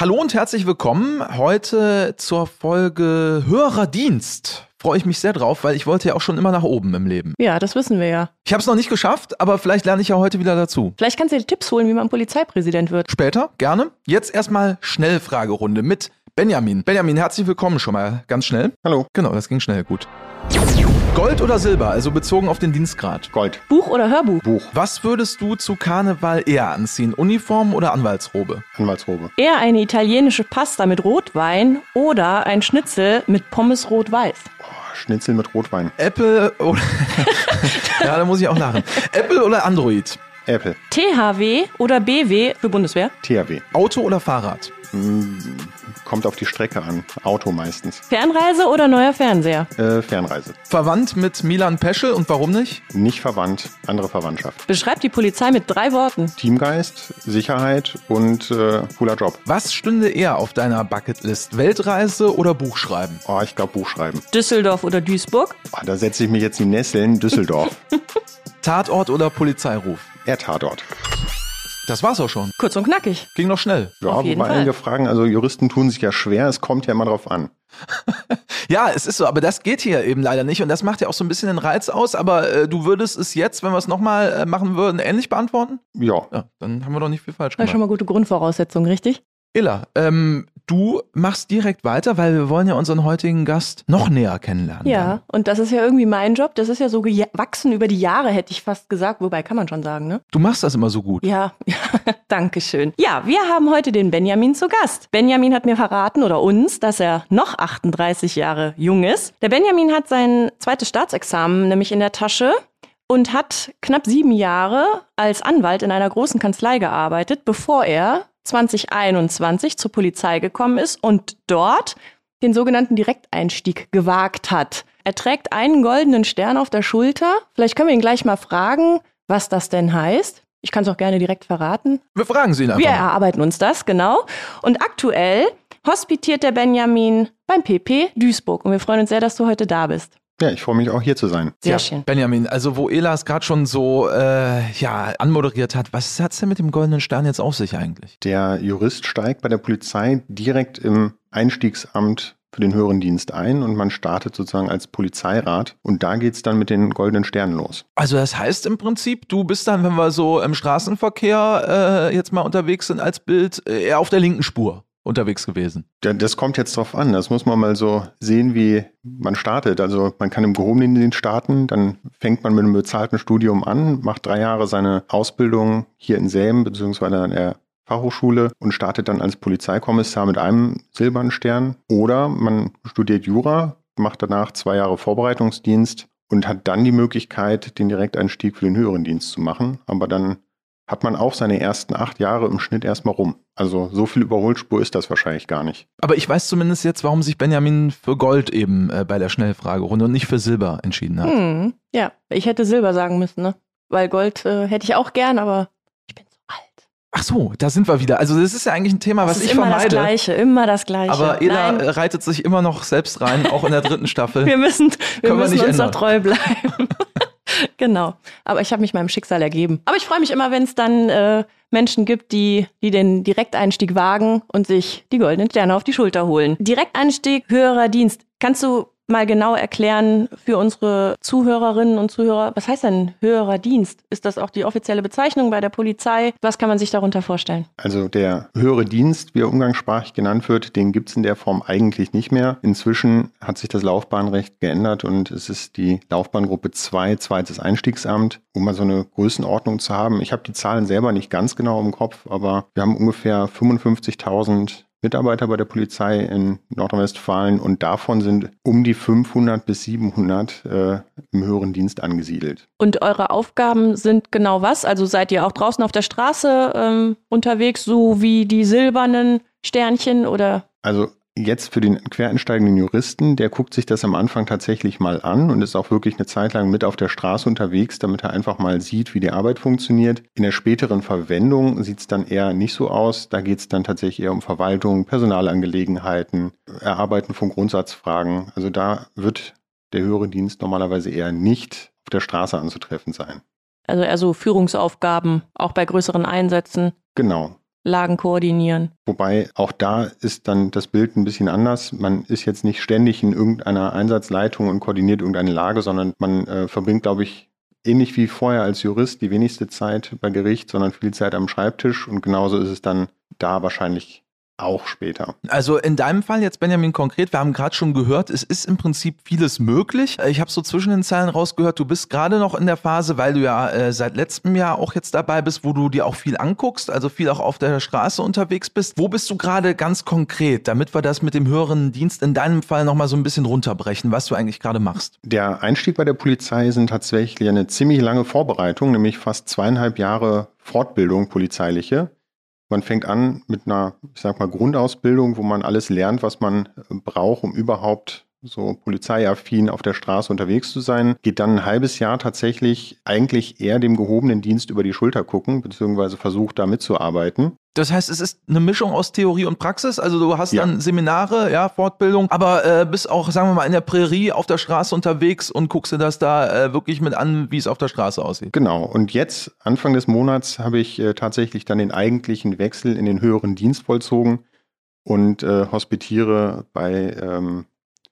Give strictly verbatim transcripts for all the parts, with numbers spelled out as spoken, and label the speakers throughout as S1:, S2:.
S1: Hallo und herzlich willkommen heute zur Folge Hörerdienst. Freue ich mich sehr drauf, weil ich wollte ja auch schon immer nach oben im Leben.
S2: Ja, das wissen wir ja.
S1: Ich habe es noch nicht geschafft, aber vielleicht lerne ich ja heute wieder dazu.
S2: Vielleicht kannst du dir Tipps holen, wie man Polizeipräsident wird.
S1: Später, gerne. Jetzt erstmal Schnellfragerunde mit Benjamin. Benjamin, herzlich willkommen schon mal ganz schnell.
S3: Hallo.
S1: Genau, das ging schnell, gut. Gold oder Silber, also bezogen auf den Dienstgrad?
S3: Gold.
S2: Buch oder Hörbuch?
S3: Buch.
S1: Was würdest du zu Karneval eher anziehen? Uniform oder Anwaltsrobe?
S3: Anwaltsrobe.
S2: Eher eine italienische Pasta mit Rotwein oder ein Schnitzel mit Pommes rot-weiß?
S3: Oh, Schnitzel mit Rotwein.
S1: Apple oder... ja, da muss ich auch lachen. Apple oder Android?
S3: Apple.
S2: T H W oder B W für Bundeswehr?
S3: T H W.
S1: Auto oder Fahrrad?
S3: Hm, kommt auf die Strecke an. Auto meistens.
S2: Fernreise oder neuer Fernseher?
S3: Äh, Fernreise.
S1: Verwandt mit Milan Peschel und warum nicht?
S3: Nicht verwandt. Andere Verwandtschaft.
S2: Beschreibt die Polizei mit drei Worten.
S3: Teamgeist, Sicherheit und äh, cooler Job.
S1: Was stünde eher auf deiner Bucketlist? Weltreise oder Buchschreiben?
S3: Oh, ich glaube Buchschreiben.
S2: Düsseldorf oder Duisburg?
S3: Oh, da setze ich mich jetzt in die Nesseln. Düsseldorf.
S1: Tatort oder Polizeiruf?
S3: Er Tatort.
S1: Das war's auch schon.
S2: Kurz und knackig.
S1: Ging noch schnell.
S3: Ja,
S2: Auf jeden
S3: wobei
S2: Fall.
S3: einige fragen, also Juristen tun sich ja schwer, es kommt ja immer drauf an.
S1: Ja, es ist so, aber das geht hier eben leider nicht und das macht ja auch so ein bisschen den Reiz aus, aber äh, du würdest es jetzt, wenn wir es nochmal äh, machen würden, ähnlich beantworten?
S3: Ja.
S1: Ja, dann haben wir doch nicht viel falsch
S2: Das ist schon
S1: gemacht.
S2: mal gute Grundvoraussetzung, richtig?
S1: Illa, ähm, du machst direkt weiter, weil wir wollen ja unseren heutigen Gast noch näher kennenlernen.
S2: Ja, und das ist ja irgendwie mein Job. Das ist ja so gewachsen über die Jahre, hätte ich fast gesagt. Wobei, kann man schon sagen, ne?
S1: Du machst das immer so gut.
S2: Ja, ja, danke schön. Ja, wir haben heute den Benjamin zu Gast. Benjamin hat mir verraten, oder uns, dass er noch achtunddreißig Jahre jung ist. Der Benjamin hat sein zweites Staatsexamen nämlich in der Tasche und hat knapp sieben Jahre als Anwalt in einer großen Kanzlei gearbeitet, bevor er zwanzig einundzwanzig zur Polizei gekommen ist und dort den sogenannten Direkteinstieg gewagt hat. Er trägt einen goldenen Stern auf der Schulter. Vielleicht können wir ihn gleich mal fragen, was das denn heißt. Ich kann es auch gerne direkt verraten.
S1: Wir fragen sie ihn einfach.
S2: Wir erarbeiten uns das, genau. Und aktuell hospitiert der Benjamin beim P P Duisburg. Und wir freuen uns sehr, dass du heute da bist.
S3: Ja, ich freue mich auch hier zu sein.
S2: Sehr
S1: ja,
S2: schön.
S1: Benjamin, also wo Ela es gerade schon so äh, ja, anmoderiert hat, was hat's denn mit dem goldenen Stern jetzt auf sich eigentlich?
S3: Der Jurist steigt bei der Polizei direkt im Einstiegsamt für den höheren Dienst ein und man startet sozusagen als Polizeirat und da geht's dann mit den goldenen Sternen los.
S1: Also das heißt im Prinzip, du bist dann, wenn wir so im Straßenverkehr äh, jetzt mal unterwegs sind als Bild, äh, eher auf der linken Spur unterwegs gewesen.
S3: Ja, das kommt jetzt drauf an. Das muss man mal so sehen, wie man startet. Also man kann im gehobenen Dienst starten, dann fängt man mit einem bezahlten Studium an, macht drei Jahre seine Ausbildung hier in Selm beziehungsweise an der Fachhochschule und startet dann als Polizeikommissar mit einem silbernen Stern. Oder man studiert Jura, macht danach zwei Jahre Vorbereitungsdienst und hat dann die Möglichkeit, den Direkteinstieg für den höheren Dienst zu machen. Aber dann hat man auch seine ersten acht Jahre im Schnitt erstmal rum. Also so viel Überholspur ist das wahrscheinlich gar nicht.
S1: Aber ich weiß zumindest jetzt, warum sich Benjamin für Gold eben äh, bei der Schnellfragerunde und nicht für Silber entschieden hat.
S2: Hm, ja, ich hätte Silber sagen müssen, ne? Weil Gold äh, hätte ich auch gern, aber ich bin so alt.
S1: Ach so, da sind wir wieder. Also das ist ja eigentlich ein Thema, was
S2: Es ist
S1: ich
S2: immer
S1: vermeide.
S2: das Gleiche, immer das Gleiche.
S1: Aber Ela
S2: Nein,
S1: reitet sich immer noch selbst rein, auch in der dritten Staffel.
S2: wir müssen, wir
S1: Können wir
S2: müssen
S1: nicht
S2: uns
S1: ändern.
S2: doch treu bleiben. Genau. Aber ich habe mich meinem Schicksal ergeben. Aber ich freue mich immer, wenn es dann äh, Menschen gibt, die, die den Direkteinstieg wagen und sich die goldenen Sterne auf die Schulter holen. Direkteinstieg, höherer Dienst. Kannst du mal genau erklären für unsere Zuhörerinnen und Zuhörer, was heißt denn höherer Dienst? Ist das auch die offizielle Bezeichnung bei der Polizei? Was kann man sich darunter vorstellen?
S3: Also der höhere Dienst, wie er umgangssprachlich genannt wird, den gibt es in der Form eigentlich nicht mehr. Inzwischen hat sich das Laufbahnrecht geändert und es ist die Laufbahngruppe zwei, zweites Einstiegsamt, um mal so eine Größenordnung zu haben. Ich habe die Zahlen selber nicht ganz genau im Kopf, aber wir haben ungefähr fünfundfünfzigtausend Mitarbeiter bei der Polizei in Nordrhein-Westfalen und davon sind um die fünfhundert bis siebenhundert äh, im höheren Dienst angesiedelt.
S2: Und eure Aufgaben sind genau was? Also seid ihr auch draußen auf der Straße ähm, unterwegs, so wie die silbernen Sternchen oder?
S3: Also jetzt für den quereinsteigenden Juristen, der guckt sich das am Anfang tatsächlich mal an und ist auch wirklich eine Zeit lang mit auf der Straße unterwegs, damit er einfach mal sieht, wie die Arbeit funktioniert. In der späteren Verwendung sieht es dann eher nicht so aus. Da geht es dann tatsächlich eher um Verwaltung, Personalangelegenheiten, Erarbeiten von Grundsatzfragen. Also da wird der höhere Dienst normalerweise eher nicht auf der Straße anzutreffen sein.
S2: Also eher so Führungsaufgaben, auch bei größeren Einsätzen.
S3: Genau.
S2: Lagen koordinieren.
S3: Wobei auch da ist dann das Bild ein bisschen anders. Man ist jetzt nicht ständig in irgendeiner Einsatzleitung und koordiniert irgendeine Lage, sondern man äh, verbringt, glaube ich, ähnlich wie vorher als Jurist die wenigste Zeit bei Gericht, sondern viel Zeit am Schreibtisch. Und genauso ist es dann da wahrscheinlich auch später.
S1: Also in deinem Fall jetzt, Benjamin, konkret, wir haben gerade schon gehört, es ist im Prinzip vieles möglich. Ich habe so zwischen den Zeilen rausgehört, du bist gerade noch in der Phase, weil du ja äh, seit letztem Jahr auch jetzt dabei bist, wo du dir auch viel anguckst, also viel auch auf der Straße unterwegs bist. Wo bist du gerade ganz konkret, damit wir das mit dem höheren Dienst in deinem Fall nochmal so ein bisschen runterbrechen, was du eigentlich gerade machst?
S3: Der Einstieg bei der Polizei sind tatsächlich eine ziemlich lange Vorbereitung, nämlich fast zweieinhalb Jahre Fortbildung polizeiliche. Man fängt an mit einer, ich sag mal, Grundausbildung, wo man alles lernt, was man braucht, um überhaupt so polizeiaffin auf der Straße unterwegs zu sein. Geht dann ein halbes Jahr tatsächlich eigentlich eher dem gehobenen Dienst über die Schulter gucken, beziehungsweise versucht, da mitzuarbeiten.
S1: Das heißt, es ist eine Mischung aus Theorie und Praxis, also du hast
S3: Ja.
S1: dann Seminare, ja, Fortbildung, aber äh, bist auch, sagen wir mal, in der Prärie auf der Straße unterwegs und guckst dir das da äh, wirklich mit an, wie es auf der Straße aussieht.
S3: Genau. Und jetzt, Anfang des Monats, habe ich äh, tatsächlich dann den eigentlichen Wechsel in den höheren Dienst vollzogen und äh, hospitiere bei, ähm,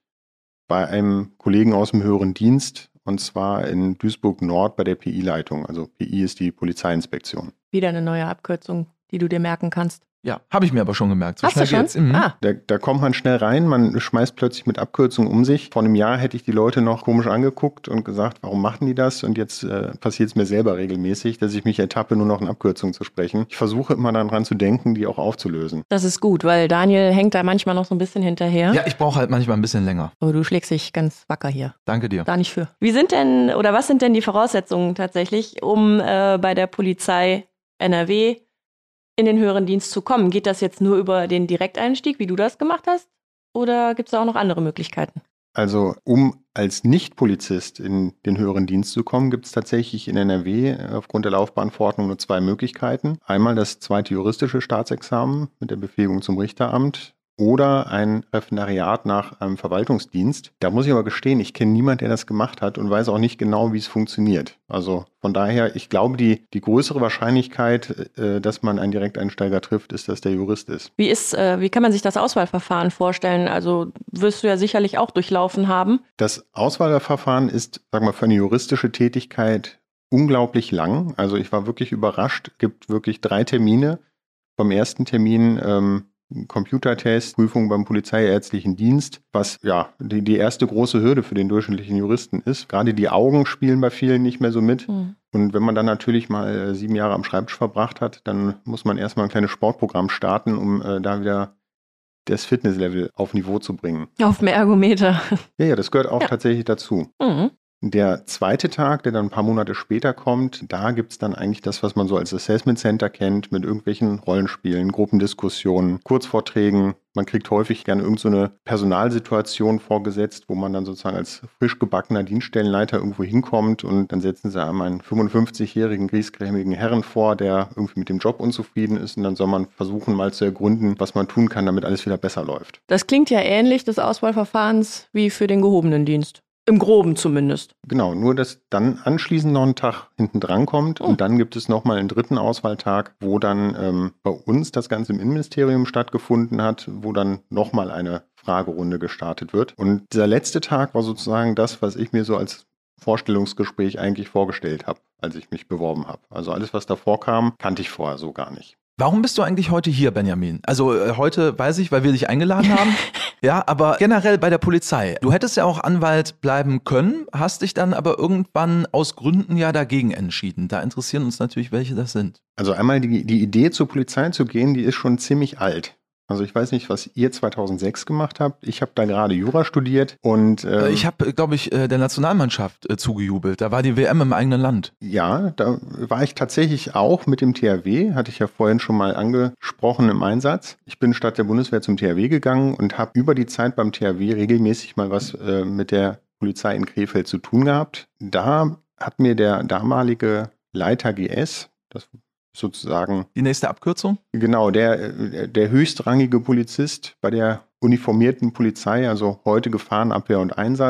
S3: bei einem Kollegen aus dem höheren Dienst, und zwar in Duisburg-Nord bei der P I-Leitung. Also P I ist die Polizeiinspektion.
S2: Wieder eine neue Abkürzung, die du dir merken kannst.
S1: Ja, habe ich mir aber schon gemerkt. So
S2: Hast du
S1: schnell
S2: schon?
S1: geht's. Mhm.
S2: Ah,
S3: Da, da kommt man schnell rein, man schmeißt plötzlich mit Abkürzungen um sich. Vor einem Jahr hätte ich die Leute noch komisch angeguckt und gesagt, warum machen die das? Und jetzt äh, passiert es mir selber regelmäßig, dass ich mich ertappe, nur noch in Abkürzungen zu sprechen. Ich versuche immer daran zu denken, die auch aufzulösen.
S2: das ist gut, weil Daniel hängt da manchmal noch so ein bisschen hinterher.
S1: Ja, ich brauche halt manchmal ein bisschen länger.
S2: Aber du schlägst dich ganz wacker hier.
S1: Danke dir.
S2: Da nicht für. Wie sind denn, oder was sind denn die Voraussetzungen tatsächlich, um äh, bei der Polizei N R W in den höheren Dienst zu kommen? Geht das jetzt nur über den Direkteinstieg, wie du das gemacht hast? Oder gibt es da auch noch andere Möglichkeiten?
S3: Also um als Nicht-Polizist in den höheren Dienst zu kommen, gibt es tatsächlich in N R W aufgrund der Laufbahnverordnung nur zwei Möglichkeiten. Einmal das zweite juristische Staatsexamen mit der Befähigung zum Richteramt oder ein Referendariat nach einem Verwaltungsdienst. Da muss ich aber gestehen, ich kenne niemanden, der das gemacht hat und weiß auch nicht genau, wie es funktioniert. Also von daher, ich glaube, die, die größere Wahrscheinlichkeit, äh, dass man einen Direkteinsteiger trifft, ist, dass der Jurist ist.
S2: Wie ist, äh, wie kann man sich das Auswahlverfahren vorstellen? Also wirst du ja sicherlich auch durchlaufen haben.
S3: Das Auswahlverfahren ist, sagen wir, für eine juristische Tätigkeit unglaublich lang. Also ich war wirklich überrascht. Es gibt wirklich drei Termine. Beim ersten Termin ähm, Computertest, Prüfung beim polizeiärztlichen Dienst, was ja die, die erste große Hürde für den durchschnittlichen Juristen ist. Gerade die Augen spielen bei vielen nicht mehr so mit.
S2: Hm.
S3: Und wenn man dann natürlich mal äh, sieben Jahre am Schreibtisch verbracht hat, dann muss man erstmal ein kleines Sportprogramm starten, um äh, da wieder das Fitnesslevel auf Niveau zu bringen.
S2: Auf mehr Ergometer.
S3: Ja, ja, das gehört auch
S2: Ja.
S3: tatsächlich dazu.
S2: Mhm.
S3: Der zweite Tag, der dann ein paar Monate später kommt, da gibt es dann eigentlich das, was man so als Assessment Center kennt, mit irgendwelchen Rollenspielen, Gruppendiskussionen, Kurzvorträgen. Man kriegt häufig gerne irgend so eine Personalsituation vorgesetzt, wo man dann sozusagen als frisch gebackener Dienststellenleiter irgendwo hinkommt und dann setzen sie einem einen fünfundfünfzigjährigen, griesgrämigen Herren vor, der irgendwie mit dem Job unzufrieden ist, und dann soll man versuchen, mal zu ergründen, was man tun kann, damit alles wieder besser läuft.
S2: Das klingt ja ähnlich des Auswahlverfahrens wie für den gehobenen Dienst. Im Groben zumindest.
S3: Genau, nur dass dann anschließend noch ein Tag hinten dran kommt
S2: Oh.
S3: und dann gibt es nochmal einen dritten Auswahltag, wo dann ähm, bei uns das Ganze im Innenministerium stattgefunden hat, wo dann nochmal eine Fragerunde gestartet wird. Und dieser letzte Tag war sozusagen das, was ich mir so als Vorstellungsgespräch eigentlich vorgestellt habe, als ich mich beworben habe. Also alles, was davor kam, kannte ich vorher so gar nicht.
S1: Warum bist du eigentlich heute hier, Benjamin? Also äh, heute weiß ich, weil wir dich eingeladen haben. Ja, aber generell bei der Polizei. Du hättest ja auch Anwalt bleiben können, hast dich dann aber irgendwann aus Gründen ja dagegen entschieden. Da interessieren uns natürlich, welche das sind.
S3: Also einmal die, die Idee, zur Polizei zu gehen, die ist schon ziemlich alt. Also ich weiß nicht, was ihr zweitausendsechs gemacht habt. Ich habe da gerade Jura studiert und ähm,
S1: Äh, ich habe, glaube ich, äh, der Nationalmannschaft äh, zugejubelt. Da war die W M im eigenen Land.
S3: ja, da war ich tatsächlich auch mit dem T H W, hatte ich ja vorhin schon mal angesprochen, im Einsatz. Ich bin statt der Bundeswehr zum T H W gegangen und habe über die Zeit beim T H W regelmäßig mal was äh, mit der Polizei in Krefeld zu tun gehabt. Da hat mir der damalige Leiter G S, das sozusagen
S1: Die nächste Abkürzung?
S3: genau, der, der höchstrangige Polizist bei der uniformierten Polizei, also heute Gefahrenabwehr und Einsatz,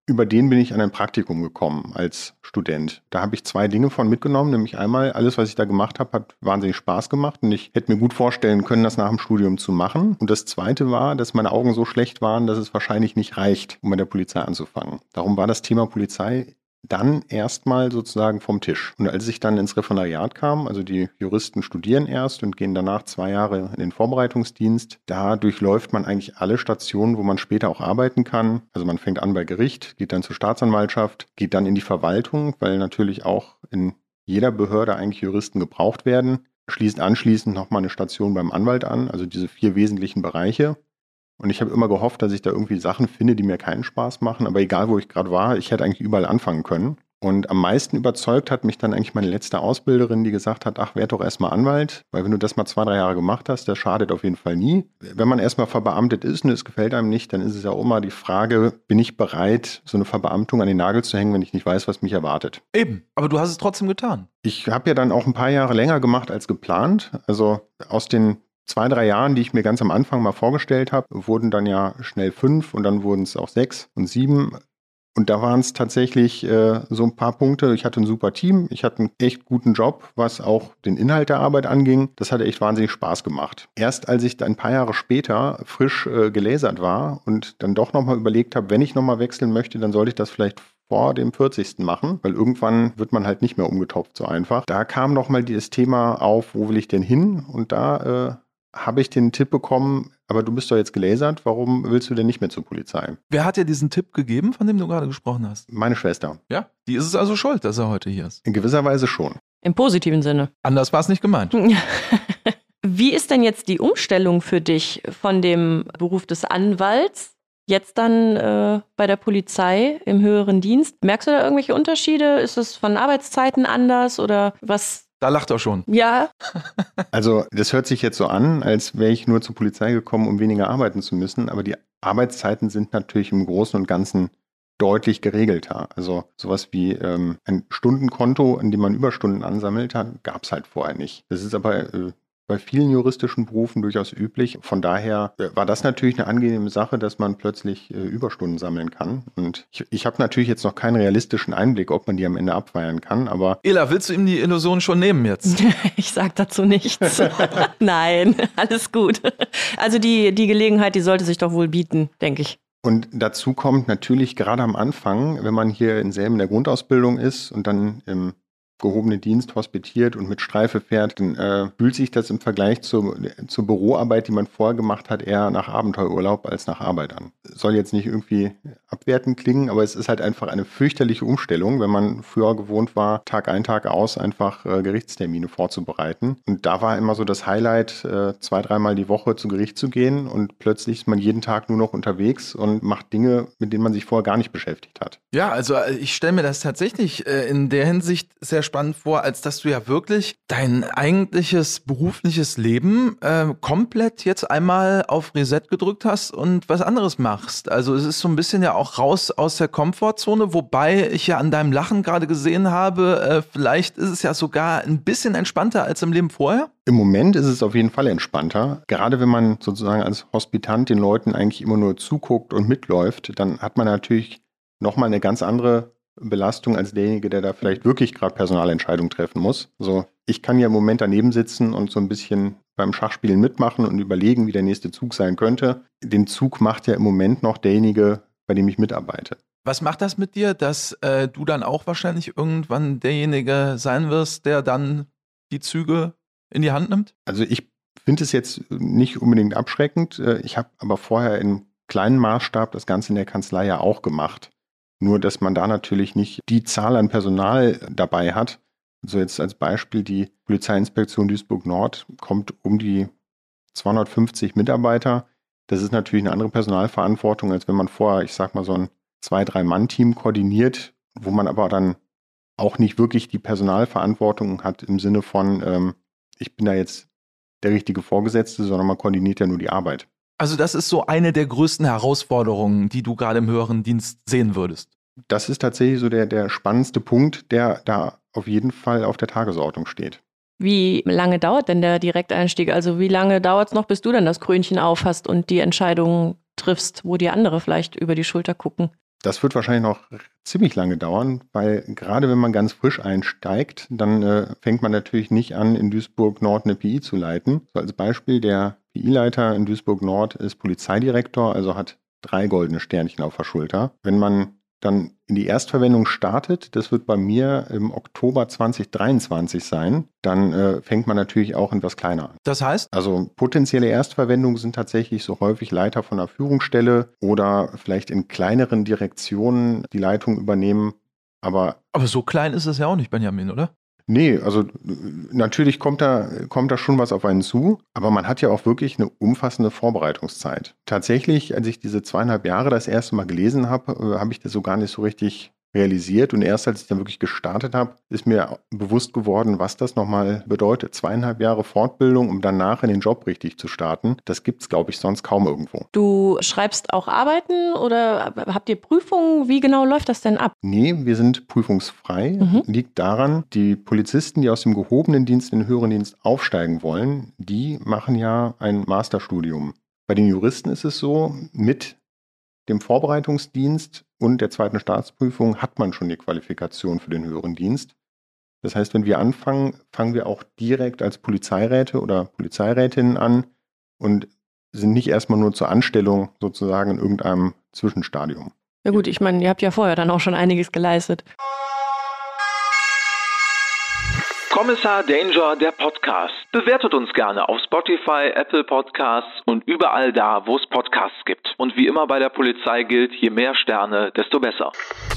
S3: über den bin ich an ein Praktikum gekommen als Student. Da habe ich zwei Dinge von mitgenommen, nämlich einmal, alles, was ich da gemacht habe, hat wahnsinnig Spaß gemacht und ich hätte mir gut vorstellen können, das nach dem Studium zu machen. Und das Zweite war, dass meine Augen so schlecht waren, dass es wahrscheinlich nicht reicht, um bei der Polizei anzufangen. Darum war das Thema Polizei dann erstmal sozusagen vom Tisch. Und als ich dann ins Referendariat kam, also die Juristen studieren erst und gehen danach zwei Jahre in den Vorbereitungsdienst, da durchläuft man eigentlich alle Stationen, wo man später auch arbeiten kann. Also man fängt an bei Gericht, geht dann zur Staatsanwaltschaft, geht dann in die Verwaltung, weil natürlich auch in jeder Behörde eigentlich Juristen gebraucht werden, schließt anschließend nochmal eine Station beim Anwalt an, also diese vier wesentlichen Bereiche. Und ich habe immer gehofft, dass ich da irgendwie Sachen finde, die mir keinen Spaß machen. Aber egal, wo ich gerade war, ich hätte eigentlich überall anfangen können. Und am meisten überzeugt hat mich dann eigentlich meine letzte Ausbilderin, die gesagt hat, ach, werd doch erstmal Anwalt. Weil wenn du das mal zwei, drei Jahre gemacht hast, das schadet auf jeden Fall nie. Wenn man erstmal verbeamtet ist und es gefällt einem nicht, dann ist es ja auch immer die Frage, bin ich bereit, so eine Verbeamtung an den Nagel zu hängen, wenn ich nicht weiß, was mich erwartet.
S1: Eben, aber du hast es trotzdem getan.
S3: Ich habe ja dann auch ein paar Jahre länger gemacht als geplant. Also aus den zwei, drei Jahren, die ich mir ganz am Anfang mal vorgestellt habe, wurden dann ja schnell fünf und dann wurden es auch sechs und sieben. Und da waren es tatsächlich äh, so ein paar Punkte. Ich hatte ein super Team, ich hatte einen echt guten Job, was auch den Inhalt der Arbeit anging. Das hat echt wahnsinnig Spaß gemacht. Erst als ich dann ein paar Jahre später frisch äh, gelasert war und dann doch nochmal überlegt habe, wenn ich nochmal wechseln möchte, dann sollte ich das vielleicht vor dem vierzigsten machen, weil irgendwann wird man halt nicht mehr umgetopft so einfach. Da kam nochmal das Thema auf, wo will ich denn hin? Und da äh, habe ich den Tipp bekommen, aber du bist doch jetzt gelasert, warum willst du denn nicht mehr zur Polizei?
S1: Wer hat dir diesen Tipp gegeben, von dem du gerade gesprochen hast?
S3: Meine Schwester.
S1: Ja, die ist es also schuld, dass er heute hier ist.
S3: In gewisser Weise schon.
S2: Im positiven Sinne.
S1: Anders war es nicht gemeint.
S2: Wie ist denn jetzt die Umstellung für dich von dem Beruf des Anwalts jetzt dann äh, bei der Polizei im höheren Dienst? Merkst du da irgendwelche Unterschiede? Ist es von Arbeitszeiten anders oder was?
S1: Da lacht er schon.
S2: Ja.
S3: Also das hört sich jetzt so an, als wäre ich nur zur Polizei gekommen, um weniger arbeiten zu müssen. Aber die Arbeitszeiten sind natürlich im Großen und Ganzen deutlich geregelter. Also sowas wie ähm, ein Stundenkonto, in dem man Überstunden ansammelt, gab es halt vorher nicht. Das ist aber äh, bei vielen juristischen Berufen durchaus üblich. Von daher äh, war das natürlich eine angenehme Sache, dass man plötzlich äh, Überstunden sammeln kann. Und ich, ich habe natürlich jetzt noch keinen realistischen Einblick, ob man die am Ende abfeiern kann, aber...
S1: Ela, willst du ihm die Illusion schon nehmen jetzt?
S2: Ich sag dazu nichts. Nein, alles gut. Also die, die Gelegenheit, die sollte sich doch wohl bieten, denke ich.
S3: Und dazu kommt natürlich gerade am Anfang, wenn man hier in Selm in der Grundausbildung ist und dann im gehobenen Dienst hospitiert und mit Streife fährt, dann äh, fühlt sich das im Vergleich zu, zur Büroarbeit, die man vorher gemacht hat, eher nach Abenteuerurlaub als nach Arbeit an. Soll jetzt nicht irgendwie abwertend klingen, aber es ist halt einfach eine fürchterliche Umstellung, wenn man früher gewohnt war, Tag ein, Tag aus einfach äh, Gerichtstermine vorzubereiten. Und da war immer so das Highlight, äh, zwei, dreimal die Woche zu Gericht zu gehen und plötzlich ist man jeden Tag nur noch unterwegs und macht Dinge, mit denen man sich vorher gar nicht beschäftigt hat.
S1: Ja, also ich stelle mir das tatsächlich äh, in der Hinsicht sehr spannend vor, als dass du ja wirklich dein eigentliches berufliches Leben äh, komplett jetzt einmal auf Reset gedrückt hast und was anderes machst. Also es ist so ein bisschen ja auch raus aus der Komfortzone, wobei ich ja an deinem Lachen gerade gesehen habe, äh, vielleicht ist es ja sogar ein bisschen entspannter als im Leben vorher.
S3: Im Moment ist es auf jeden Fall entspannter. Gerade wenn man sozusagen als Hospitant den Leuten eigentlich immer nur zuguckt und mitläuft, dann hat man natürlich nochmal eine ganz andere Belastung als derjenige, der da vielleicht wirklich gerade Personalentscheidungen treffen muss. Also ich kann ja im Moment daneben sitzen und so ein bisschen beim Schachspielen mitmachen und überlegen, wie der nächste Zug sein könnte. Den Zug macht ja im Moment noch derjenige, bei dem ich mitarbeite.
S1: Was macht das mit dir, dass äh, du dann auch wahrscheinlich irgendwann derjenige sein wirst, der dann die Züge in die Hand nimmt?
S3: Also ich finde es jetzt nicht unbedingt abschreckend. Ich habe aber vorher im kleinen Maßstab das Ganze in der Kanzlei ja auch gemacht. Nur, dass man da natürlich nicht die Zahl an Personal dabei hat. Also jetzt als Beispiel die Polizeiinspektion Duisburg-Nord kommt um die zweihundertfünfzig Mitarbeiter. Das ist natürlich eine andere Personalverantwortung, als wenn man vorher, ich sag mal, so ein zwei-, drei-Mann-Team koordiniert, wo man aber dann auch nicht wirklich die Personalverantwortung hat im Sinne von, ähm, ich bin da jetzt der richtige Vorgesetzte, sondern man koordiniert ja nur die Arbeit.
S1: Also das ist so eine der größten Herausforderungen, die du gerade im höheren Dienst sehen würdest.
S3: Das ist tatsächlich so der, der spannendste Punkt, der da auf jeden Fall auf der Tagesordnung steht.
S2: Wie lange dauert denn der Direkteinstieg? Also wie lange dauert es noch, bis du dann das Krönchen aufhast und die Entscheidungen triffst, wo die andere vielleicht über die Schulter gucken?
S3: Das wird wahrscheinlich noch ziemlich lange dauern, weil gerade wenn man ganz frisch einsteigt, dann äh, fängt man natürlich nicht an, in Duisburg-Nord eine P I zu leiten. So als Beispiel, der P I-Leiter in Duisburg-Nord ist Polizeidirektor, also hat drei goldene Sternchen auf der Schulter. Wenn man dann in die Erstverwendung startet, das wird bei mir im Oktober zwanzig dreiundzwanzig sein, dann äh, fängt man natürlich auch etwas kleiner an.
S1: Das heißt?
S3: Also potenzielle Erstverwendungen sind tatsächlich so häufig Leiter von einer Führungsstelle oder vielleicht in kleineren Direktionen die Leitung übernehmen. Aber,
S1: aber so klein ist es ja auch nicht, Benjamin, oder?
S3: Nee, also natürlich kommt da, kommt da schon was auf einen zu, aber man hat ja auch wirklich eine umfassende Vorbereitungszeit. Tatsächlich, als ich diese zweieinhalb Jahre das erste Mal gelesen habe, habe ich das so gar nicht so richtig realisiert. Und erst als ich dann wirklich gestartet habe, ist mir bewusst geworden, was das nochmal bedeutet. Zweieinhalb Jahre Fortbildung, um danach in den Job richtig zu starten. Das gibt es, glaube ich, sonst kaum irgendwo.
S2: Du schreibst auch Arbeiten oder habt ihr Prüfungen? Wie genau läuft das denn ab?
S3: Nee, wir sind prüfungsfrei. Mhm. Liegt daran, die Polizisten, die aus dem gehobenen Dienst in den höheren Dienst aufsteigen wollen, die machen ja ein Masterstudium. Bei den Juristen ist es so, mit dem Vorbereitungsdienst und der zweiten Staatsprüfung hat man schon die Qualifikation für den höheren Dienst. Das heißt, wenn wir anfangen, fangen wir auch direkt als Polizeiräte oder Polizeirätinnen an und sind nicht erstmal nur zur Anstellung sozusagen in irgendeinem Zwischenstadium.
S2: Ja gut, ich meine, ihr habt ja vorher dann auch schon einiges geleistet.
S1: Kommissar Danger, der Podcast. Bewertet uns gerne auf Spotify, Apple Podcasts und überall da, wo es Podcasts gibt. Und wie immer bei der Polizei gilt, je mehr Sterne, desto besser.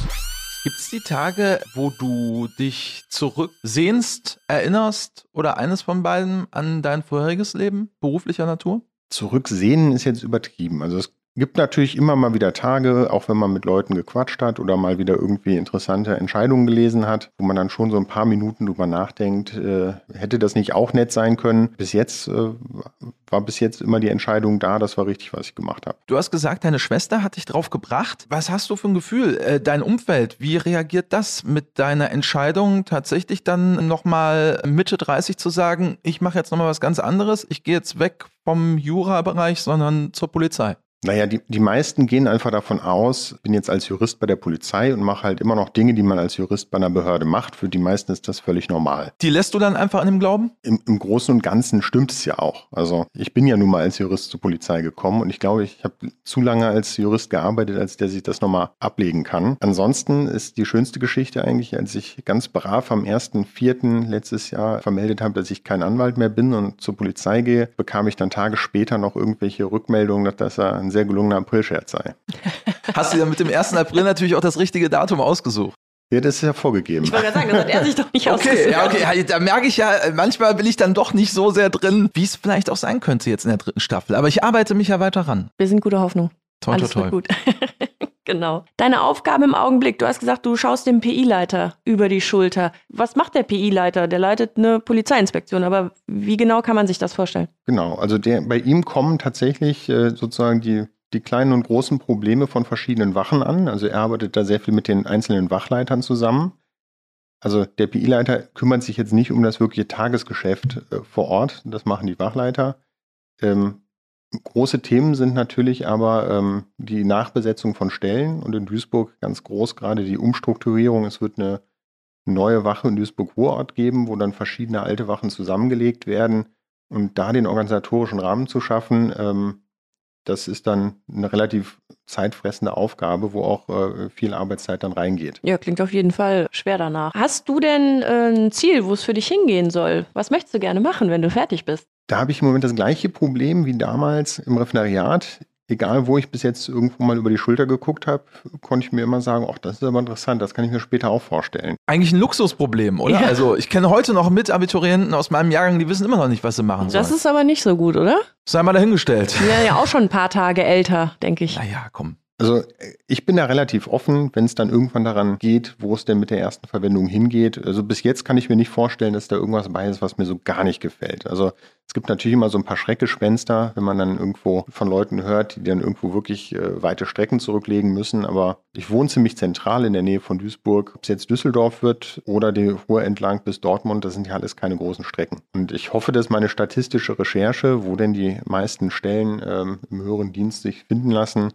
S1: Gibt es die Tage, wo du dich zurücksehnst, erinnerst oder eines von beiden an dein vorheriges Leben, beruflicher Natur?
S3: Zurücksehnen ist jetzt übertrieben. Also es gibt natürlich immer mal wieder Tage, auch wenn man mit Leuten gequatscht hat oder mal wieder irgendwie interessante Entscheidungen gelesen hat, wo man dann schon so ein paar Minuten drüber nachdenkt, äh, hätte das nicht auch nett sein können. Bis jetzt äh, war bis jetzt immer die Entscheidung da, das war richtig, was ich gemacht habe.
S1: Du hast gesagt, deine Schwester hat dich drauf gebracht. Was hast du für ein Gefühl? Äh, dein Umfeld, wie reagiert das mit deiner Entscheidung, tatsächlich dann nochmal Mitte dreißig zu sagen, ich mache jetzt nochmal was ganz anderes, ich gehe jetzt weg vom Jura-Bereich, sondern zur Polizei?
S3: Naja, die, die meisten gehen einfach davon aus, ich bin jetzt als Jurist bei der Polizei und mache halt immer noch Dinge, die man als Jurist bei einer Behörde macht. Für die meisten ist das völlig normal.
S1: Die lässt du dann einfach an dem Glauben?
S3: Im, im Großen und Ganzen stimmt es ja auch. Also ich bin ja nun mal als Jurist zur Polizei gekommen und ich glaube, ich habe zu lange als Jurist gearbeitet, als der sich das nochmal ablegen kann. Ansonsten ist die schönste Geschichte eigentlich, als ich ganz brav am ersten vierten letztes Jahr vermeldet habe, dass ich kein Anwalt mehr bin und zur Polizei gehe, bekam ich dann Tage später noch irgendwelche Rückmeldungen, dass er ein sehr gelungener Aprilscherz sei.
S1: Hast du ja mit dem ersten April natürlich auch das richtige Datum ausgesucht?
S3: Ja, das ist ja vorgegeben.
S2: Ich wollte gerade sagen, das hat er sich doch nicht
S1: okay,
S2: ausgesucht.
S1: Ja, okay, ja, da merke ich ja, manchmal bin ich dann doch nicht so sehr drin, wie es vielleicht auch sein könnte jetzt in der dritten Staffel. Aber ich arbeite mich ja weiter ran.
S2: Wir sind guter Hoffnung.
S1: Toi,
S2: Alles
S1: toi, toi.
S2: wird gut. Genau. Deine Aufgabe im Augenblick, du hast gesagt, du schaust dem P I-Leiter über die Schulter. Was macht der P I-Leiter? Der leitet eine Polizeiinspektion, aber wie genau kann man sich das vorstellen?
S3: Genau, also der, bei ihm kommen tatsächlich äh, sozusagen die die kleinen und großen Probleme von verschiedenen Wachen an. Also er arbeitet da sehr viel mit den einzelnen Wachleitern zusammen. Also der P I-Leiter kümmert sich jetzt nicht um das wirkliche Tagesgeschäft äh, vor Ort. Das machen die Wachleiter. Ähm, große Themen sind natürlich aber ähm, die Nachbesetzung von Stellen und in Duisburg ganz groß gerade die Umstrukturierung. Es wird eine neue Wache in Duisburg-Ruhrort geben, wo dann verschiedene alte Wachen zusammengelegt werden. Und da den organisatorischen Rahmen zu schaffen, ähm, das ist dann eine relativ zeitfressende Aufgabe, wo auch äh, viel Arbeitszeit dann reingeht.
S2: Ja, klingt auf jeden Fall schwer danach. Hast du denn äh, ein Ziel, wo es für dich hingehen soll? Was möchtest du gerne machen, wenn du fertig bist?
S3: Da habe ich im Moment das gleiche Problem wie damals im Referendariat. Egal, wo ich bis jetzt irgendwo mal über die Schulter geguckt habe, konnte ich mir immer sagen, ach, das ist aber interessant, das kann ich mir später auch vorstellen.
S1: Eigentlich ein Luxusproblem, oder? Ja. Also ich kenne heute noch Mitabiturienten aus meinem Jahrgang, die wissen immer noch nicht, was sie machen sollen.
S2: Das ist aber nicht so gut, oder?
S1: Sei mal dahingestellt.
S2: Ja, ja, auch schon ein paar Tage älter, denke ich.
S1: Naja, komm.
S3: Also ich bin da relativ offen, wenn es dann irgendwann daran geht, wo es denn mit der ersten Verwendung hingeht. Also bis jetzt kann ich mir nicht vorstellen, dass da irgendwas bei ist, was mir so gar nicht gefällt. Also es gibt natürlich immer so ein paar Schreckgespenster, wenn man dann irgendwo von Leuten hört, die dann irgendwo wirklich äh, weite Strecken zurücklegen müssen. Aber ich wohne ziemlich zentral in der Nähe von Duisburg. Ob es jetzt Düsseldorf wird oder die Ruhr entlang bis Dortmund, das sind ja alles keine großen Strecken. Und ich hoffe, dass meine statistische Recherche, wo denn die meisten Stellen ähm, im höheren Dienst sich finden lassen,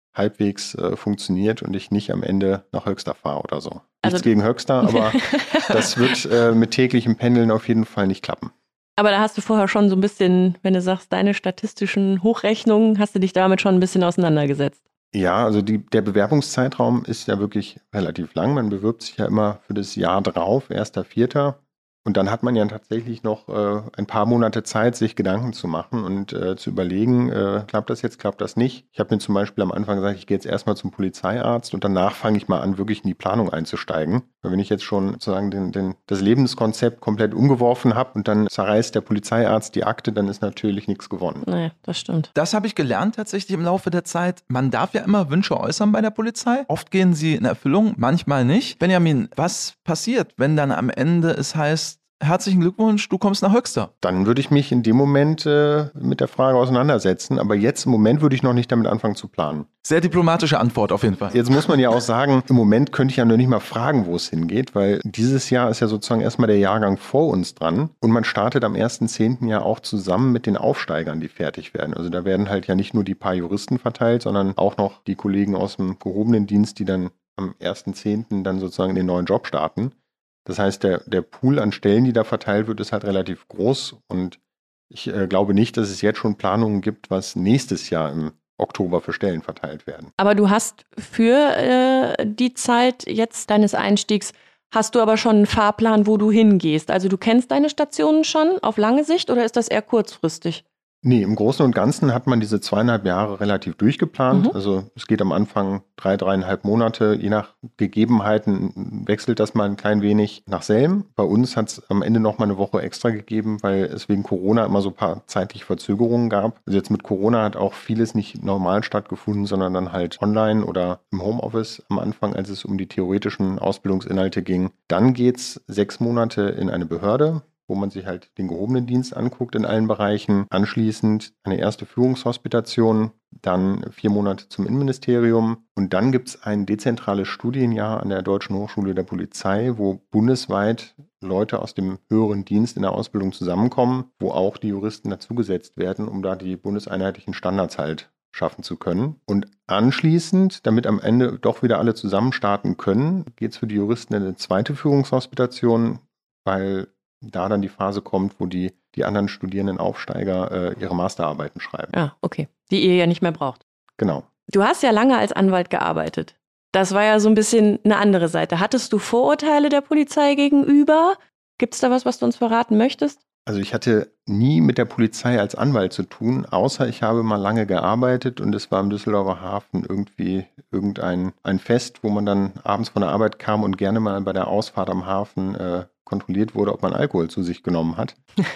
S3: halbwegs äh, funktioniert und ich nicht am Ende nach Höxter fahre oder so.
S2: Also,
S3: Nichts gegen Höxter, aber das wird äh, mit täglichem Pendeln auf jeden Fall nicht klappen.
S2: Aber da hast du vorher schon so ein bisschen, wenn du sagst, deine statistischen Hochrechnungen, hast du dich damit schon ein bisschen auseinandergesetzt?
S3: Ja, also die, der Bewerbungszeitraum ist ja wirklich relativ lang. Man bewirbt sich ja immer für das Jahr drauf, erster Vierter Und dann hat man ja tatsächlich noch äh, ein paar Monate Zeit, sich Gedanken zu machen und äh, zu überlegen, äh, klappt das jetzt, klappt das nicht. Ich habe mir zum Beispiel am Anfang gesagt, ich gehe jetzt erstmal zum Polizeiarzt und danach fange ich mal an, wirklich in die Planung einzusteigen. Weil wenn ich jetzt schon sozusagen den, den, das Lebenskonzept komplett umgeworfen habe und dann zerreißt der Polizeiarzt die Akte, dann ist natürlich nichts gewonnen.
S2: Nee, das stimmt.
S1: Das habe ich gelernt tatsächlich im Laufe der Zeit. Man darf ja immer Wünsche äußern bei der Polizei. Oft gehen sie in Erfüllung, manchmal nicht. Benjamin, was passiert, wenn dann am Ende es heißt, herzlichen Glückwunsch, du kommst nach Höxter?
S3: Dann würde ich mich in dem Moment äh, mit der Frage auseinandersetzen. Aber jetzt im Moment würde ich noch nicht damit anfangen zu planen.
S1: Sehr diplomatische Antwort auf jeden Fall.
S3: Jetzt muss man ja auch sagen, im Moment könnte ich ja noch nicht mal fragen, wo es hingeht, weil dieses Jahr ist ja sozusagen erstmal der Jahrgang vor uns dran. Und man startet am ersten zehnten ja auch zusammen mit den Aufsteigern, die fertig werden. Also da werden halt ja nicht nur die paar Juristen verteilt, sondern auch noch die Kollegen aus dem gehobenen Dienst, die dann am ersten zehnten dann sozusagen in den neuen Job starten. Das heißt, der, der Pool an Stellen, die da verteilt wird, ist halt relativ groß. Und ich äh, glaube nicht, dass es jetzt schon Planungen gibt, was nächstes Jahr im Oktober für Stellen verteilt werden.
S2: Aber du hast für äh, die Zeit jetzt deines Einstiegs, hast du aber schon einen Fahrplan, wo du hingehst? Also du kennst deine Stationen schon auf lange Sicht oder ist das eher kurzfristig?
S3: Nee, im Großen und Ganzen hat man diese zweieinhalb Jahre relativ durchgeplant.
S2: Mhm.
S3: Also es geht am Anfang drei, dreieinhalb Monate. Je nach Gegebenheiten wechselt das mal ein klein wenig nach Selm. Bei uns hat es am Ende noch mal eine Woche extra gegeben, weil es wegen Corona immer so ein paar zeitliche Verzögerungen gab. Also jetzt mit Corona hat auch vieles nicht normal stattgefunden, sondern dann halt online oder im Homeoffice am Anfang, als es um die theoretischen Ausbildungsinhalte ging. Dann geht's sechs Monate in eine Behörde, wo man sich halt den gehobenen Dienst anguckt in allen Bereichen. Anschließend eine erste Führungshospitation, dann vier Monate zum Innenministerium. Und dann gibt es ein dezentrales Studienjahr an der Deutschen Hochschule der Polizei, wo bundesweit Leute aus dem höheren Dienst in der Ausbildung zusammenkommen, wo auch die Juristen dazugesetzt werden, um da die bundeseinheitlichen Standards halt schaffen zu können. Und anschließend, damit am Ende doch wieder alle zusammen starten können, geht es für die Juristen in eine zweite Führungshospitation, weil da dann die Phase kommt, wo die, die anderen studierenden Aufsteiger äh, ihre Masterarbeiten schreiben.
S2: Ah, okay. Die ihr ja nicht mehr braucht.
S3: Genau.
S2: Du hast ja lange als Anwalt gearbeitet. Das war ja so ein bisschen eine andere Seite. Hattest du Vorurteile der Polizei gegenüber? Gibt es da was, was du uns verraten möchtest?
S3: Also ich hatte nie mit der Polizei als Anwalt zu tun, außer ich habe mal lange gearbeitet und es war im Düsseldorfer Hafen irgendwie irgendein ein Fest, wo man dann abends von der Arbeit kam und gerne mal bei der Ausfahrt am Hafen äh, kontrolliert wurde, ob man Alkohol zu sich genommen hat.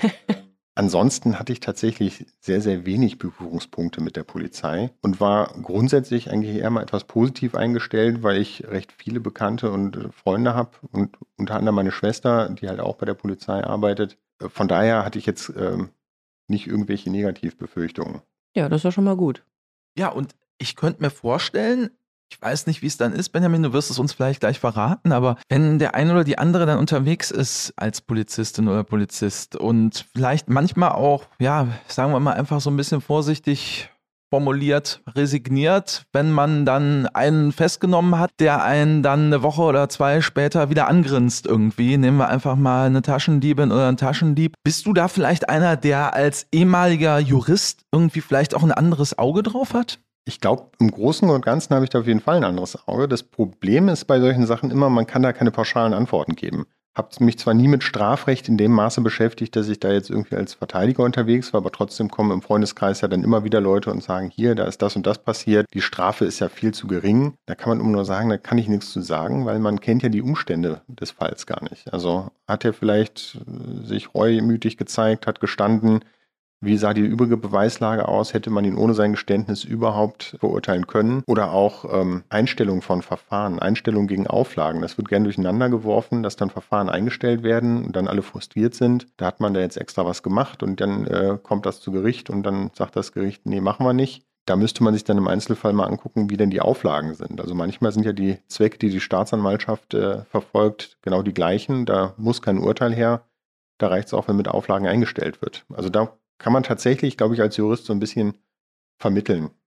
S3: Ansonsten hatte ich tatsächlich sehr, sehr wenig Berührungspunkte mit der Polizei und war grundsätzlich eigentlich eher mal etwas positiv eingestellt, weil ich recht viele Bekannte und Freunde habe und unter anderem meine Schwester, die halt auch bei der Polizei arbeitet. Von daher hatte ich jetzt ähm, nicht irgendwelche Negativbefürchtungen.
S2: Ja, das ist ja schon mal gut.
S1: Ja, und ich könnte mir vorstellen, ich weiß nicht, wie es dann ist, Benjamin, du wirst es uns vielleicht gleich verraten, aber wenn der eine oder die andere dann unterwegs ist als Polizistin oder Polizist und vielleicht manchmal auch, ja, sagen wir mal einfach so ein bisschen vorsichtig formuliert, resigniert, wenn man dann einen festgenommen hat, der einen dann eine Woche oder zwei später wieder angrinst irgendwie. Nehmen wir einfach mal eine Taschendiebin oder einen Taschendieb. Bist du da vielleicht einer, der als ehemaliger Jurist irgendwie vielleicht auch ein anderes Auge drauf hat?
S3: Ich glaube, im Großen und Ganzen habe ich da auf jeden Fall ein anderes Auge. Das Problem ist bei solchen Sachen immer, man kann da keine pauschalen Antworten geben. Habe mich zwar nie mit Strafrecht in dem Maße beschäftigt, dass ich da jetzt irgendwie als Verteidiger unterwegs war, aber trotzdem kommen im Freundeskreis ja dann immer wieder Leute und sagen, hier, da ist das und das passiert. Die Strafe ist ja viel zu gering. Da kann man immer nur sagen, da kann ich nichts zu sagen, weil man kennt ja die Umstände des Falls gar nicht. Also hat er vielleicht sich reumütig gezeigt, hat gestanden. Wie sah die übrige Beweislage aus? Hätte man ihn ohne sein Geständnis überhaupt verurteilen können? Oder auch ähm, Einstellung von Verfahren, Einstellung gegen Auflagen. Das wird gern durcheinander geworfen, dass dann Verfahren eingestellt werden und dann alle frustriert sind. Da hat man da jetzt extra was gemacht und dann äh, kommt das zu Gericht und dann sagt das Gericht, nee, machen wir nicht. Da müsste man sich dann im Einzelfall mal angucken, wie denn die Auflagen sind. Also manchmal sind ja die Zwecke, die die Staatsanwaltschaft äh, verfolgt, genau die gleichen. Da muss kein Urteil her. Da reicht es auch, wenn mit Auflagen eingestellt wird. Also da kann man tatsächlich, glaube ich, als Jurist so ein bisschen vermitteln.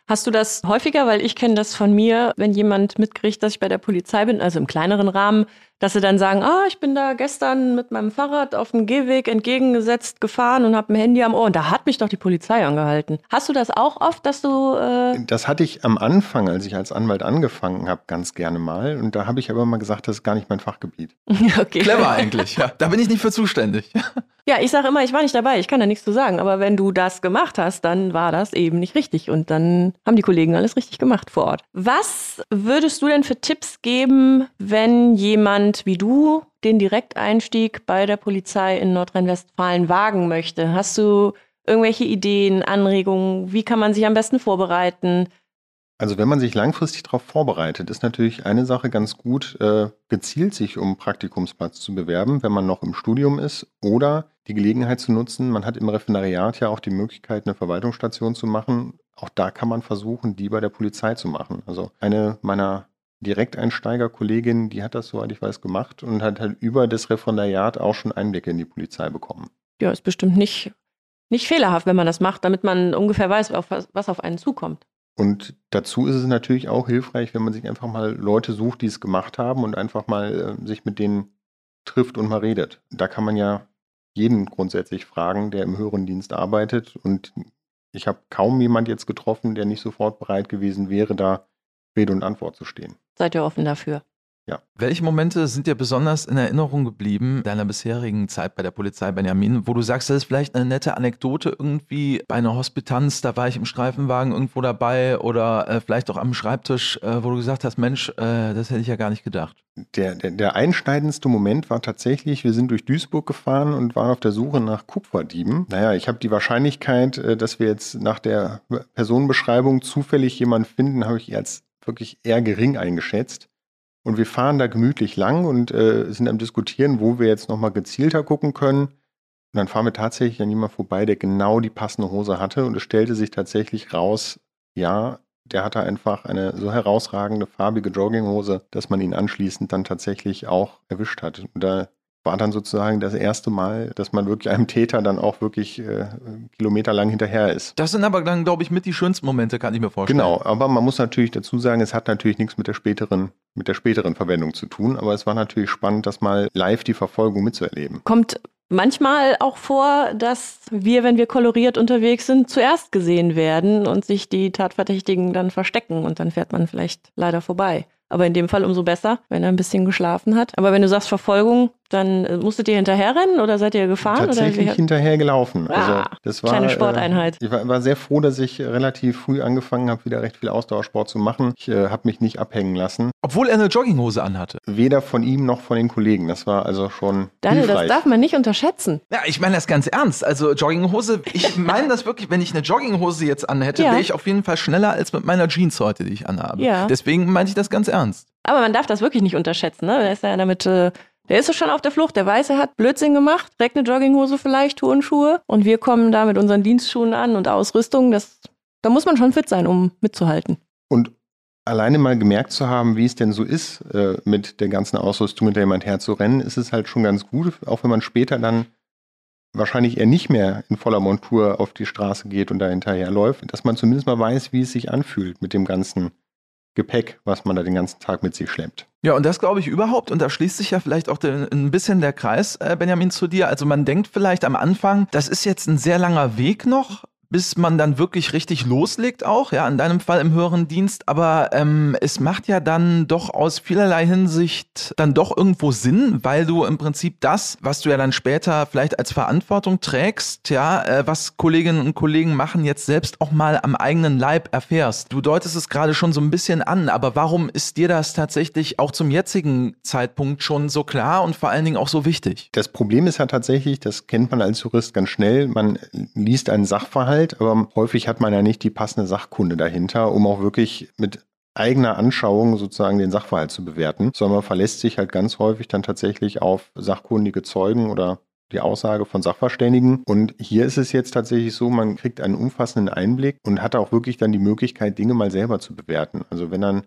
S2: Hast du das häufiger? Weil ich kenne das von mir, wenn jemand mitkriegt, dass ich bei der Polizei bin, also im kleineren Rahmen, dass sie dann sagen, ah, ich bin da gestern mit meinem Fahrrad auf dem Gehweg entgegengesetzt gefahren und habe ein Handy am Ohr und da hat mich doch die Polizei angehalten. Hast du das auch oft, dass du... Äh
S3: das hatte ich am Anfang, als ich als Anwalt angefangen habe, ganz gerne mal. Und da habe ich aber immer gesagt, das ist gar nicht mein Fachgebiet.
S2: Okay.
S1: Clever eigentlich, ja. Da bin ich nicht für zuständig.
S2: Ja, ich sage immer, ich war nicht dabei, ich kann da nichts zu sagen. Aber wenn du das gemacht hast, dann war das eben nicht richtig. Und dann haben die Kollegen alles richtig gemacht vor Ort. Was würdest du denn für Tipps geben, wenn jemand wie du den Direkteinstieg bei der Polizei in Nordrhein-Westfalen wagen möchte? Hast du irgendwelche Ideen, Anregungen? Wie kann man sich am besten vorbereiten?
S3: Also wenn man sich langfristig darauf vorbereitet, ist natürlich eine Sache ganz gut, äh, gezielt sich um Praktikumsplatz zu bewerben, wenn man noch im Studium ist, oder die Gelegenheit zu nutzen. Man hat im Referendariat ja auch die Möglichkeit, eine Verwaltungsstation zu machen. Auch da kann man versuchen, die bei der Polizei zu machen. Also eine meiner Direkteinsteiger-Kolleginnen, die hat das, soweit ich weiß, gemacht und hat halt über das Referendariat auch schon Einblicke in die Polizei bekommen.
S2: Ja, ist bestimmt nicht, nicht fehlerhaft, wenn man das macht, damit man ungefähr weiß, auf was, was auf einen zukommt.
S3: Und dazu ist es natürlich auch hilfreich, wenn man sich einfach mal Leute sucht, die es gemacht haben und einfach mal äh, sich mit denen trifft und mal redet. Da kann man ja jeden grundsätzlich fragen, der im höheren Dienst arbeitet. Und ich habe kaum jemand jetzt getroffen, der nicht sofort bereit gewesen wäre, da Rede und Antwort zu stehen.
S2: Seid ihr offen dafür?
S3: Ja.
S1: Welche Momente sind dir besonders in Erinnerung geblieben deiner bisherigen Zeit bei der Polizei, Benjamin, wo du sagst, das ist vielleicht eine nette Anekdote irgendwie bei einer Hospitanz, da war ich im Streifenwagen irgendwo dabei oder äh, vielleicht auch am Schreibtisch, äh, wo du gesagt hast, Mensch, äh, das hätte ich ja gar nicht gedacht.
S3: Der, der, der einschneidendste Moment war tatsächlich, wir sind durch Duisburg gefahren und waren auf der Suche nach Kupferdieben. Naja, ich habe die Wahrscheinlichkeit, dass wir jetzt nach der Personenbeschreibung zufällig jemanden finden, habe ich als wirklich eher gering eingeschätzt. Und wir fahren da gemütlich lang und äh, sind am Diskutieren, wo wir jetzt nochmal gezielter gucken können. Und dann fahren wir tatsächlich an jemand vorbei, der genau die passende Hose hatte. Und es stellte sich tatsächlich raus, ja, der hatte einfach eine so herausragende farbige Jogginghose, dass man ihn anschließend dann tatsächlich auch erwischt hat. Und da war dann sozusagen das erste Mal, dass man wirklich einem Täter dann auch wirklich äh, kilometerlang hinterher ist.
S1: Das sind aber dann, glaube ich, mit die schönsten Momente, kann ich mir vorstellen.
S3: Genau, aber man muss natürlich dazu sagen, es hat natürlich nichts mit der späteren, mit der späteren Verwendung zu tun, aber es war natürlich spannend, das mal live die Verfolgung mitzuerleben.
S2: Kommt manchmal auch vor, dass wir, wenn wir koloriert unterwegs sind, zuerst gesehen werden und sich die Tatverdächtigen dann verstecken und dann fährt man vielleicht leider vorbei. Aber in dem Fall umso besser, wenn er ein bisschen geschlafen hat. Aber wenn du sagst Verfolgung, dann musstet ihr hinterherrennen oder seid ihr gefahren?
S3: Tatsächlich
S2: oder
S3: hinterher gelaufen.
S2: Ah,
S3: also das war,
S2: kleine Sporteinheit.
S3: Äh, ich war, war sehr froh, dass ich relativ früh angefangen habe, wieder recht viel Ausdauersport zu machen. Ich äh, habe mich nicht abhängen lassen.
S1: Obwohl er eine Jogginghose anhatte.
S3: Weder von ihm noch von den Kollegen. Das war also schon
S2: Daniel,
S3: hilfreich.
S2: Das darf man nicht unterschätzen.
S1: Ja, ich meine das ganz ernst. Also Jogginghose, ich meine das wirklich, wenn ich eine Jogginghose jetzt anhätte, ja. wäre ich auf jeden Fall schneller als mit meiner Jeans heute, die ich anhabe.
S2: Ja.
S1: Deswegen meinte ich das ganz ernst.
S2: Aber man darf das wirklich nicht unterschätzen, ne? Der ist ja damit, äh, der ist schon auf der Flucht, der weiß, er hat Blödsinn gemacht, trägt eine Jogginghose vielleicht, Turnschuhe und wir kommen da mit unseren Dienstschuhen an und Ausrüstung, das, da muss man schon fit sein, um mitzuhalten.
S3: Und alleine mal gemerkt zu haben, wie es denn so ist, äh, mit der ganzen Ausrüstung hinter jemand herzurennen, ist es halt schon ganz gut, auch wenn man später dann wahrscheinlich eher nicht mehr in voller Montur auf die Straße geht und da hinterherläuft, dass man zumindest mal weiß, wie es sich anfühlt mit dem ganzen Gepäck, was man da den ganzen Tag mit sich schleppt.
S1: Ja, und das glaube ich überhaupt, und da schließt sich ja vielleicht auch den, ein bisschen der Kreis, äh, Benjamin, zu dir. Also man denkt vielleicht am Anfang, das ist jetzt ein sehr langer Weg noch, bis man dann wirklich richtig loslegt auch, ja, in deinem Fall im höheren Dienst, aber ähm, es macht ja dann doch aus vielerlei Hinsicht dann doch irgendwo Sinn, weil du im Prinzip das, was du ja dann später vielleicht als Verantwortung trägst, ja, äh, was Kolleginnen und Kollegen machen, jetzt selbst auch mal am eigenen Leib erfährst. Du deutest es gerade schon so ein bisschen an, aber warum ist dir das tatsächlich auch zum jetzigen Zeitpunkt schon so klar und vor allen Dingen auch so wichtig?
S3: Das Problem ist ja tatsächlich, das kennt man als Jurist ganz schnell, man liest einen Sachverhalt, aber häufig hat man ja nicht die passende Sachkunde dahinter, um auch wirklich mit eigener Anschauung sozusagen den Sachverhalt zu bewerten, sondern man verlässt sich halt ganz häufig dann tatsächlich auf sachkundige Zeugen oder die Aussage von Sachverständigen. Und hier ist es jetzt tatsächlich so, man kriegt einen umfassenden Einblick und hat auch wirklich dann die Möglichkeit, Dinge mal selber zu bewerten. Also wenn dann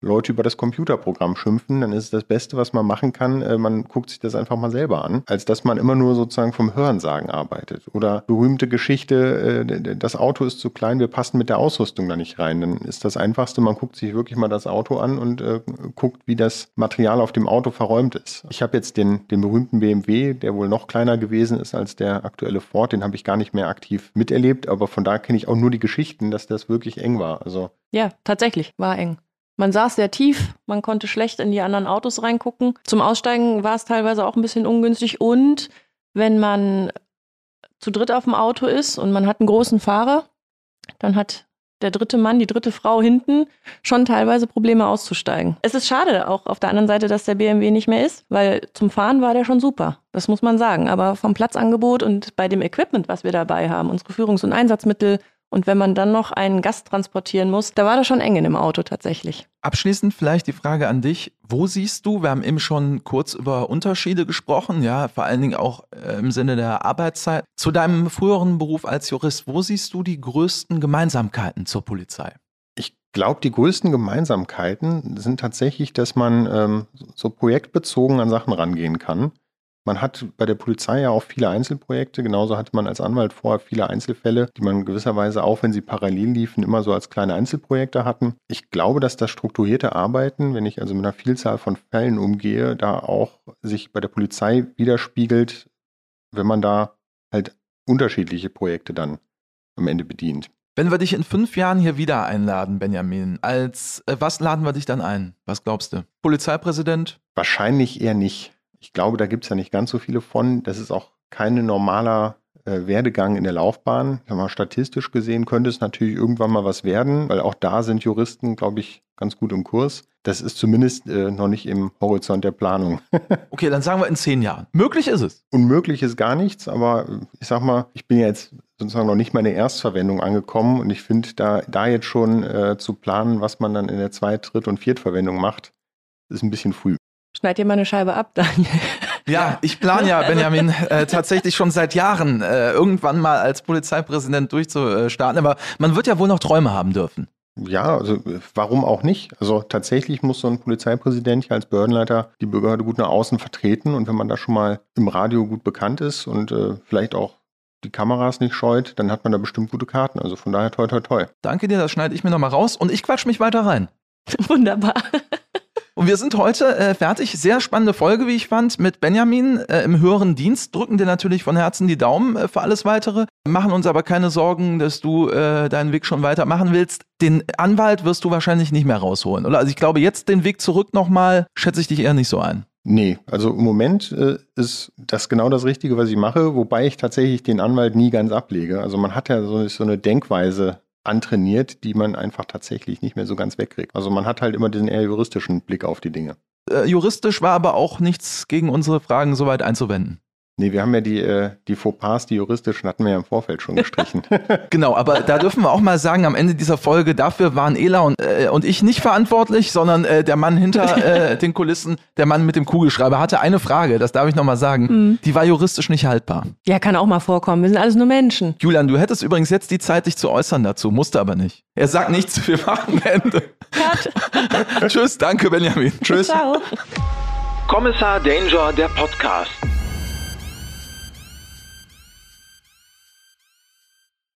S3: Leute über das Computerprogramm schimpfen, dann ist es das Beste, was man machen kann, äh, man guckt sich das einfach mal selber an, als dass man immer nur sozusagen vom Hörensagen arbeitet. Oder berühmte Geschichte, äh, das Auto ist zu klein, wir passen mit der Ausrüstung da nicht rein. Dann ist das Einfachste, man guckt sich wirklich mal das Auto an und äh, guckt, wie das Material auf dem Auto verräumt ist. Ich habe jetzt den, den berühmten B M W, der wohl noch kleiner gewesen ist als der aktuelle Ford, den habe ich gar nicht mehr aktiv miterlebt, aber von da kenne ich auch nur die Geschichten, dass das wirklich eng war. Also
S2: ja, tatsächlich, war eng. Man saß sehr tief, man konnte schlecht in die anderen Autos reingucken. Zum Aussteigen war es teilweise auch ein bisschen ungünstig. Und wenn man zu dritt auf dem Auto ist und man hat einen großen Fahrer, dann hat der dritte Mann, die dritte Frau hinten schon teilweise Probleme auszusteigen. Es ist schade auch auf der anderen Seite, dass der B M W nicht mehr ist, weil zum Fahren war der schon super. Das muss man sagen. Aber vom Platzangebot und bei dem Equipment, was wir dabei haben, unsere Führungs- und Einsatzmittel, und wenn man dann noch einen Gast transportieren muss, da war das schon eng in dem Auto tatsächlich.
S1: Abschließend vielleicht die Frage an dich. Wo siehst du, wir haben eben schon kurz über Unterschiede gesprochen, ja, vor allen Dingen auch äh, im Sinne der Arbeitszeit. Zu deinem früheren Beruf als Jurist, wo siehst du die größten Gemeinsamkeiten zur Polizei?
S3: Ich glaube, die größten Gemeinsamkeiten sind tatsächlich, dass man ähm, so projektbezogen an Sachen rangehen kann. Man hat bei der Polizei ja auch viele Einzelprojekte, genauso hatte man als Anwalt vorher viele Einzelfälle, die man gewisserweise, auch wenn sie parallel liefen, immer so als kleine Einzelprojekte hatten. Ich glaube, dass das strukturierte Arbeiten, wenn ich also mit einer Vielzahl von Fällen umgehe, da auch sich bei der Polizei widerspiegelt, wenn man da halt unterschiedliche Projekte dann am Ende bedient.
S1: Wenn wir dich in fünf Jahren hier wieder einladen, Benjamin, als äh, was laden wir dich dann ein? Was glaubst du? Polizeipräsident?
S3: Wahrscheinlich eher nicht. Ich glaube, da gibt es ja nicht ganz so viele von. Das ist auch kein normaler äh, Werdegang in der Laufbahn. Wenn man statistisch gesehen, könnte es natürlich irgendwann mal was werden, weil auch da sind Juristen, glaube ich, ganz gut im Kurs. Das ist zumindest äh, noch nicht im Horizont der Planung.
S1: Okay, dann sagen wir in zehn Jahren. Möglich ist es.
S3: Unmöglich ist gar nichts, aber ich sag mal, ich bin ja jetzt sozusagen noch nicht mal in der Erstverwendung angekommen und ich finde, da, da jetzt schon äh, zu planen, was man dann in der Zweit-, Dritt- und Viertverwendung macht, ist ein bisschen früh.
S2: Schneid dir mal eine Scheibe ab, Daniel.
S1: Ja, ich plane ja, Benjamin, äh, tatsächlich schon seit Jahren äh, irgendwann mal als Polizeipräsident durchzustarten, aber man wird ja wohl noch Träume haben dürfen.
S3: Ja, also warum auch nicht? Also tatsächlich muss so ein Polizeipräsident als Behördenleiter die Behörde gut nach außen vertreten und wenn man da schon mal im Radio gut bekannt ist und äh, vielleicht auch die Kameras nicht scheut, dann hat man da bestimmt gute Karten. Also von daher toi toi toi.
S1: Danke dir, das schneide ich mir nochmal raus und ich quatsch mich weiter rein.
S2: Wunderbar.
S1: Und wir sind heute äh, fertig. Sehr spannende Folge, wie ich fand, mit Benjamin äh, im höheren Dienst. Drücken dir natürlich von Herzen die Daumen äh, für alles Weitere. Machen uns aber keine Sorgen, dass du äh, deinen Weg schon weitermachen willst. Den Anwalt wirst du wahrscheinlich nicht mehr rausholen, oder? Also ich glaube, jetzt den Weg zurück nochmal, schätze ich dich eher nicht so ein. Nee, also im Moment äh, ist das genau das Richtige, was ich mache, wobei ich tatsächlich den Anwalt nie ganz ablege. Also man hat ja so, so eine Denkweise antrainiert, die man einfach tatsächlich nicht mehr so ganz wegkriegt. Also man hat halt immer diesen eher juristischen Blick auf die Dinge. Äh, juristisch war aber auch nichts gegen unsere Fragen soweit einzuwenden. Nee, wir haben ja die, äh, die Fauxpas, die juristischen, hatten wir ja im Vorfeld schon gestrichen. Genau, aber da dürfen wir auch mal sagen, am Ende dieser Folge, dafür waren Ela und, äh, und ich nicht verantwortlich, sondern äh, der Mann hinter äh, den Kulissen, der Mann mit dem Kugelschreiber, hatte eine Frage, das darf ich nochmal sagen, mhm. die war juristisch nicht haltbar.
S2: Ja, kann auch mal vorkommen, wir sind alles nur Menschen.
S1: Julian, du hättest übrigens jetzt die Zeit, dich zu äußern dazu, musste aber nicht. Er sagt nichts, wir machen Ende. Tschüss, danke Benjamin. Tschüss.
S2: Ciao.
S1: Kommissar Danger, der Podcast.